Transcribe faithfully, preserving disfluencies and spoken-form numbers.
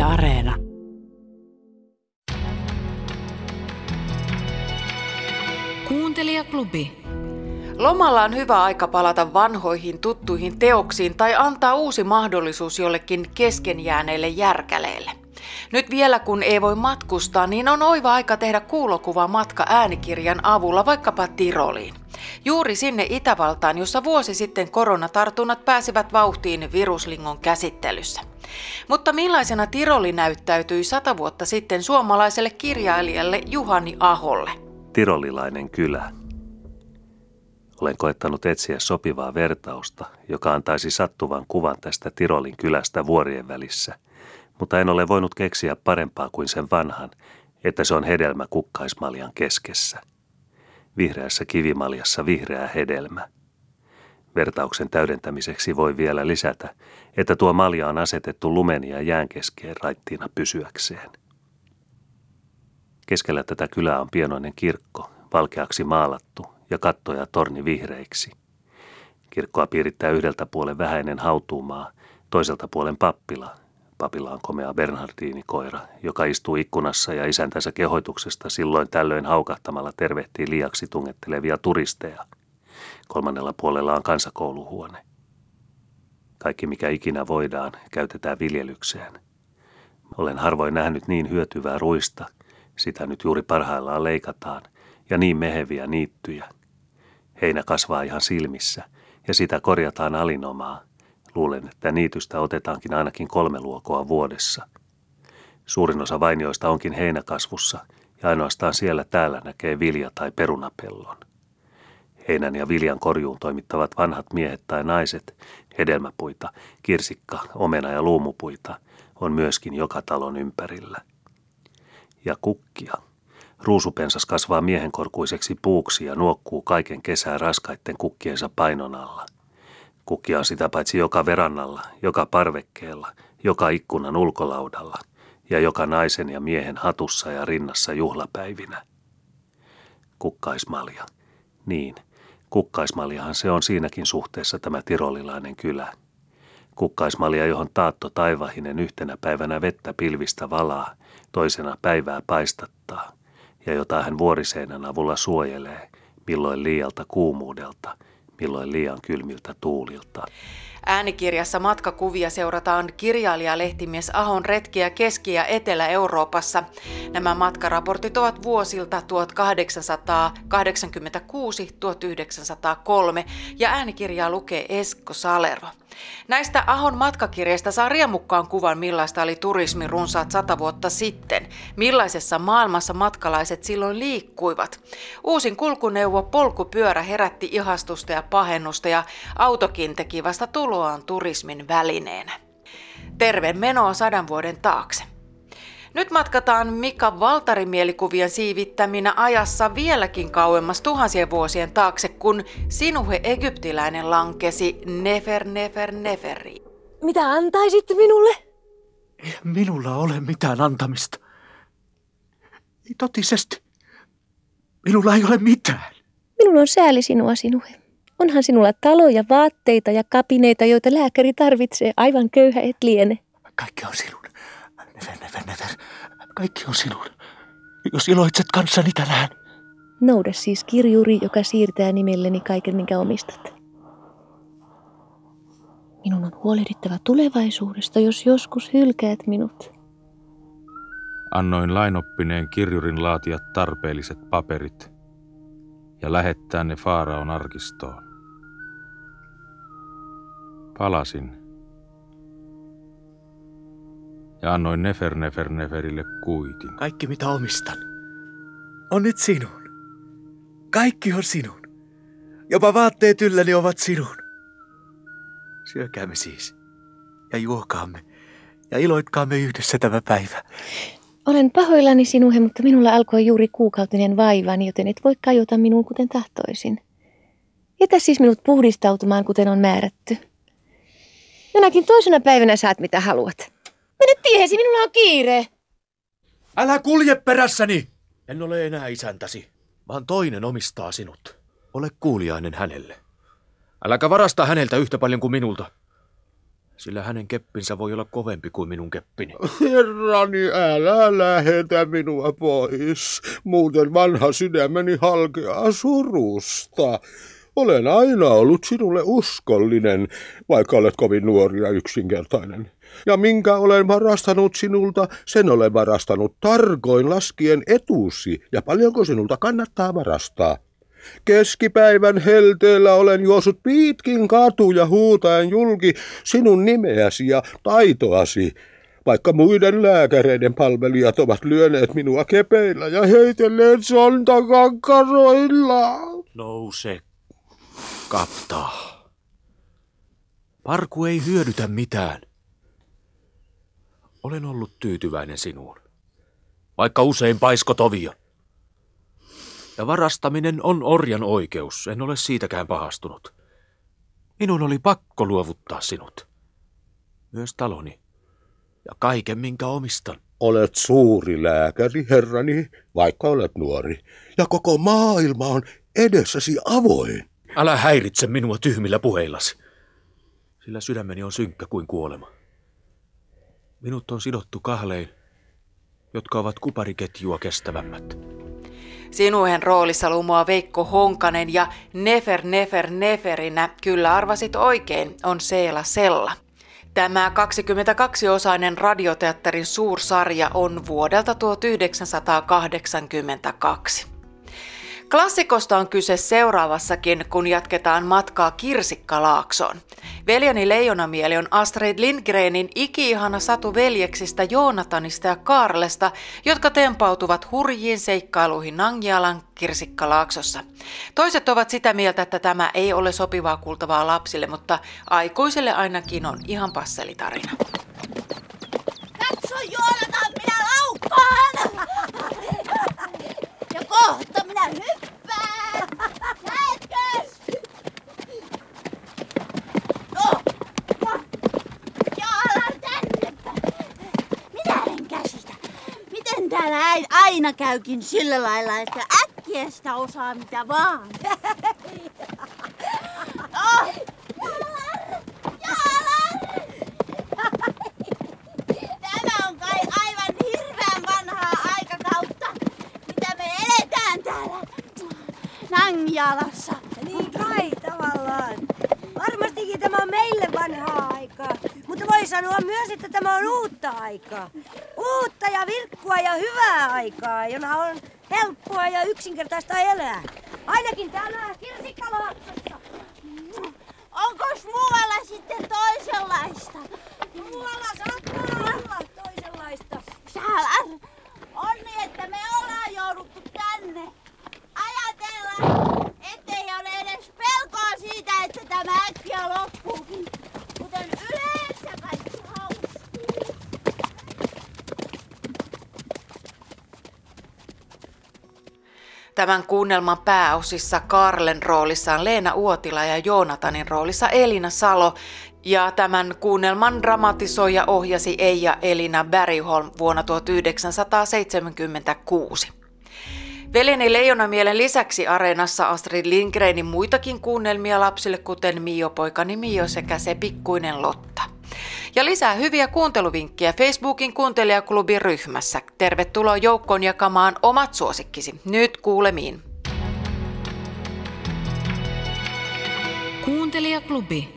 Areena. Kuuntelijaklubi. Lomalla on hyvä aika palata vanhoihin tuttuihin teoksiin tai antaa uusi mahdollisuus jollekin keskenjääneelle järkäleelle. Nyt vielä kun ei voi matkustaa, niin on oiva aika tehdä kuulokuva matka äänikirjan avulla vaikkapa Tiroliin. Juuri sinne Itävaltaan, jossa vuosi sitten koronatartunnat pääsivät vauhtiin viruslingon käsittelyssä. Mutta millaisena Tiroli näyttäytyi sata vuotta sitten suomalaiselle kirjailijalle Juhani Aholle? Tirolilainen kylä. Olen koettanut etsiä sopivaa vertausta, joka antaisi sattuvan kuvan tästä Tirolin kylästä vuorien välissä, mutta en ole voinut keksiä parempaa kuin sen vanhan, että se on hedelmä kukkaismaljan keskessä. Vihreässä kivimaljassa vihreä hedelmä. Vertauksen täydentämiseksi voi vielä lisätä, että tuo malja on asetettu lumen ja jään keskeen raittiina pysyäkseen. Keskellä tätä kylää on pienoinen kirkko, valkeaksi maalattu ja katto ja torni vihreiksi. Kirkkoa piirittää yhdeltä puolen vähäinen hautuumaa, toiselta puolen pappila. Papilla on komea bernhardiinikoira, joka istuu ikkunassa ja isäntänsä kehoituksesta silloin tällöin haukahtamalla tervehtii liiaksi tungettelevia turisteja. Kolmannella puolella on kansakouluhuone. Kaikki mikä ikinä voidaan, käytetään viljelykseen. Olen harvoin nähnyt niin hyötyvää ruista, sitä nyt juuri parhaillaan leikataan, ja niin meheviä niittyjä. Heinä kasvaa ihan silmissä, ja sitä korjataan alinomaa. Luulen, että niitystä otetaankin ainakin kolme luokoa vuodessa. Suurin osa vainioista onkin heinäkasvussa, ja ainoastaan siellä täällä näkee vilja- tai perunapellon. Heinän ja viljan korjuun toimittavat vanhat miehet tai naiset, hedelmäpuita, kirsikka, omena ja luumupuita, on myöskin joka talon ympärillä. Ja kukkia. Ruusupensas kasvaa miehenkorkuiseksi puuksi ja nuokkuu kaiken kesää raskaitten kukkiensa painon alla. Kukkia on sitä paitsi joka verannalla, joka parvekkeella, joka ikkunan ulkolaudalla ja joka naisen ja miehen hatussa ja rinnassa juhlapäivinä. Kukkaismalja. Niin, kukkaismaljahan se on siinäkin suhteessa tämä tirolilainen kylä. Kukkaismalja, johon Taatto Taivahinen yhtenä päivänä vettä pilvistä valaa, toisena päivää paistattaa, ja jota hän vuoriseinän avulla suojelee, milloin liialta kuumuudelta, milloin liian kylmiltä tuulilta. Äänikirjassa matkakuvia seurataan kirjailijalehtimies Ahon retkiä Keski- ja Etelä-Euroopassa. Nämä matkaraportit ovat vuosilta tuhatkahdeksansataakahdeksankymmentäkuusi tuhatyhdeksänsataakolme ja äänikirjaa lukee Esko Salervo. Näistä Ahon matkakirjeistä saa riemukkaan kuvan, millaista oli turismi runsaat sata vuotta sitten, millaisessa maailmassa matkalaiset silloin liikkuivat. Uusin kulkuneuvo polkupyörä herätti ihastusta ja pahennusta ja autokin teki vasta tuloaan turismin välineenä. Terve menoa sadan vuoden taakse. Nyt matkataan Mika Valtari-mielikuvien siivittäminä ajassa vieläkin kauemmas tuhansien vuosien taakse, kun Sinuhe egyptiläinen lankesi Nefer Nefer Neferiin. Mitä antaisit minulle? Ei minulla ole mitään antamista. Ei totisesti. Minulla ei ole mitään. Minulla on sääli sinua, Sinuhe. Onhan sinulla taloja, vaatteita ja kapineita, joita lääkäri tarvitsee. Aivan köyhä et liene. Kaikki on sinun. Nefer, nefer, nefer. Kaikki on sinun. Jos iloitset kanssani tänään. Nouda siis kirjuri, joka siirtää nimelleni kaiken, minkä omistat. Minun on huolehdittava tulevaisuudesta, jos joskus hylkäät minut. Annoin lainoppineen kirjurin laatia tarpeelliset paperit ja lähettää ne Faaraon arkistoon. Palasin ja annoin Nefer Nefer Neferille kuitin. Kaikki mitä omistan on nyt sinun. Kaikki on sinun. Jopa vaatteet ylläni ovat sinun. Syökäämme siis ja juokaamme ja iloitkaamme yhdessä tämä päivä. Olen pahoillani, Sinuhe, mutta minulla alkoi juuri kuukautinen vaivani, joten et voi kajota minuun kuten tahtoisin. Jätä siis minut puhdistautumaan, kuten on määrätty. Jonakin toisena päivänä saat mitä haluat. Mene tiehesi, minulla on kiire. Älä kulje perässäni! En ole enää isäntäsi, vaan toinen omistaa sinut. Ole kuuliainen hänelle. Äläkä varasta häneltä yhtä paljon kuin minulta. sillä hänen keppinsä voi olla kovempi kuin minun keppini. Herrani, älä lähetä minua pois, muuten vanha sydämeni halkeaa surusta. Olen aina ollut sinulle uskollinen, vaikka olet kovin nuori ja yksinkertainen. Ja minkä olen varastanut sinulta, sen olen varastanut tarkoin laskien etusi, ja paljonko sinulta kannattaa varastaa. Keskipäivän helteellä olen juossut pitkin katuja huutaen julki sinun nimeäsi ja taitoasi, vaikka muiden lääkäreiden palvelijat ovat lyöneet minua kepeillä ja heitelleet sontakankaroilla. Nouse, kaptaa. Parku ei hyödytä mitään. Olen ollut tyytyväinen sinuun, vaikka usein paiskot ovia. Ja varastaminen on orjan oikeus, en ole siitäkään pahastunut. Minun oli pakko luovuttaa sinut. Myös taloni ja kaiken, minkä omistan. Olet suuri lääkäri, herrani, vaikka olet nuori, ja koko maailma on edessäsi avoin. Älä häiritse minua tyhmillä puheillasi, sillä sydämeni on synkkä kuin kuolema. Minut on sidottu kahlein, jotka ovat kupariketjua kestävämmät. Sinuhen roolissa lumoa Veikko Honkanen ja Nefer Nefer Neferinä, kyllä arvasit oikein, on Seela Sella. Tämä kaksikymmentäkaksi-osainen radioteatterin suursarja on vuodelta tuhatyhdeksänsataakahdeksankymmentäkaksi. Klassikosta on kyse seuraavassakin, kun jatketaan matkaa Kirsikkalaaksoon. Veljeni Leijonamieli on Astrid Lindgrenin iki-ihana satu veljeksistä Joonatanista ja Kaarlesta, jotka tempautuvat hurjiin seikkailuihin Nangjalan Kirsikkalaaksossa. Toiset ovat sitä mieltä, että tämä ei ole sopivaa kuultavaa lapsille, mutta aikuisille ainakin on ihan passelitarina. Katso Joonatan, minä laukkaan! Ja kohta minä hyppään! Näetkö? No, no. Jaalan tänne. Minä en käsitä. Miten täällä aina käykin sillä lailla, että äkkiä sitä osaa mitä vaan? No. Jaalan! Jaalan! Tämä on kai aivan hirveän vanhaa aikakautta, mitä me eletään täällä Nangjalassa. Niin kai tavallaan. Varmastikin tämä on meille vanhaa aikaa, mutta voi sanoa myös, että tämä on uutta aikaa. Uutta ja virkkua ja hyvää aikaa, jona on helppoa ja yksinkertaista elää. Ainakin täällä Kirsikkalaaksossa. Onkos muualla sitten toisenlaista? Muualla saattaa olla toisenlaista. Täällä on niin, että me ollaan jouduttu tänne. Ajatellaan, ettei ole edes pelkoa siitä, että tämä äkkiä loppuukin. Kuten yleensä kaikki hauskuu. Tämän kuunnelman pääosissa Kaarlen roolissa on Leena Uotila ja Joonatanin roolissa Elina Salo. Ja tämän kuunnelman dramatisoi ja ohjasi Eija Elina Bergholm vuonna tuhatyhdeksänsataaseitsemänkymmentäkuusi. Veljeni Leijonamielen lisäksi Areenassa Astrid Lindgrenin muitakin kuunnelmia lapsille, kuten Mio poikani Mio sekä Se pikkuinen Lotta. Ja lisää hyviä kuunteluvinkkejä Facebookin kuuntelijaklubin ryhmässä. Tervetuloa joukkoon jakamaan omat suosikkisi. Nyt kuulemiin. Kuuntelijaklubi.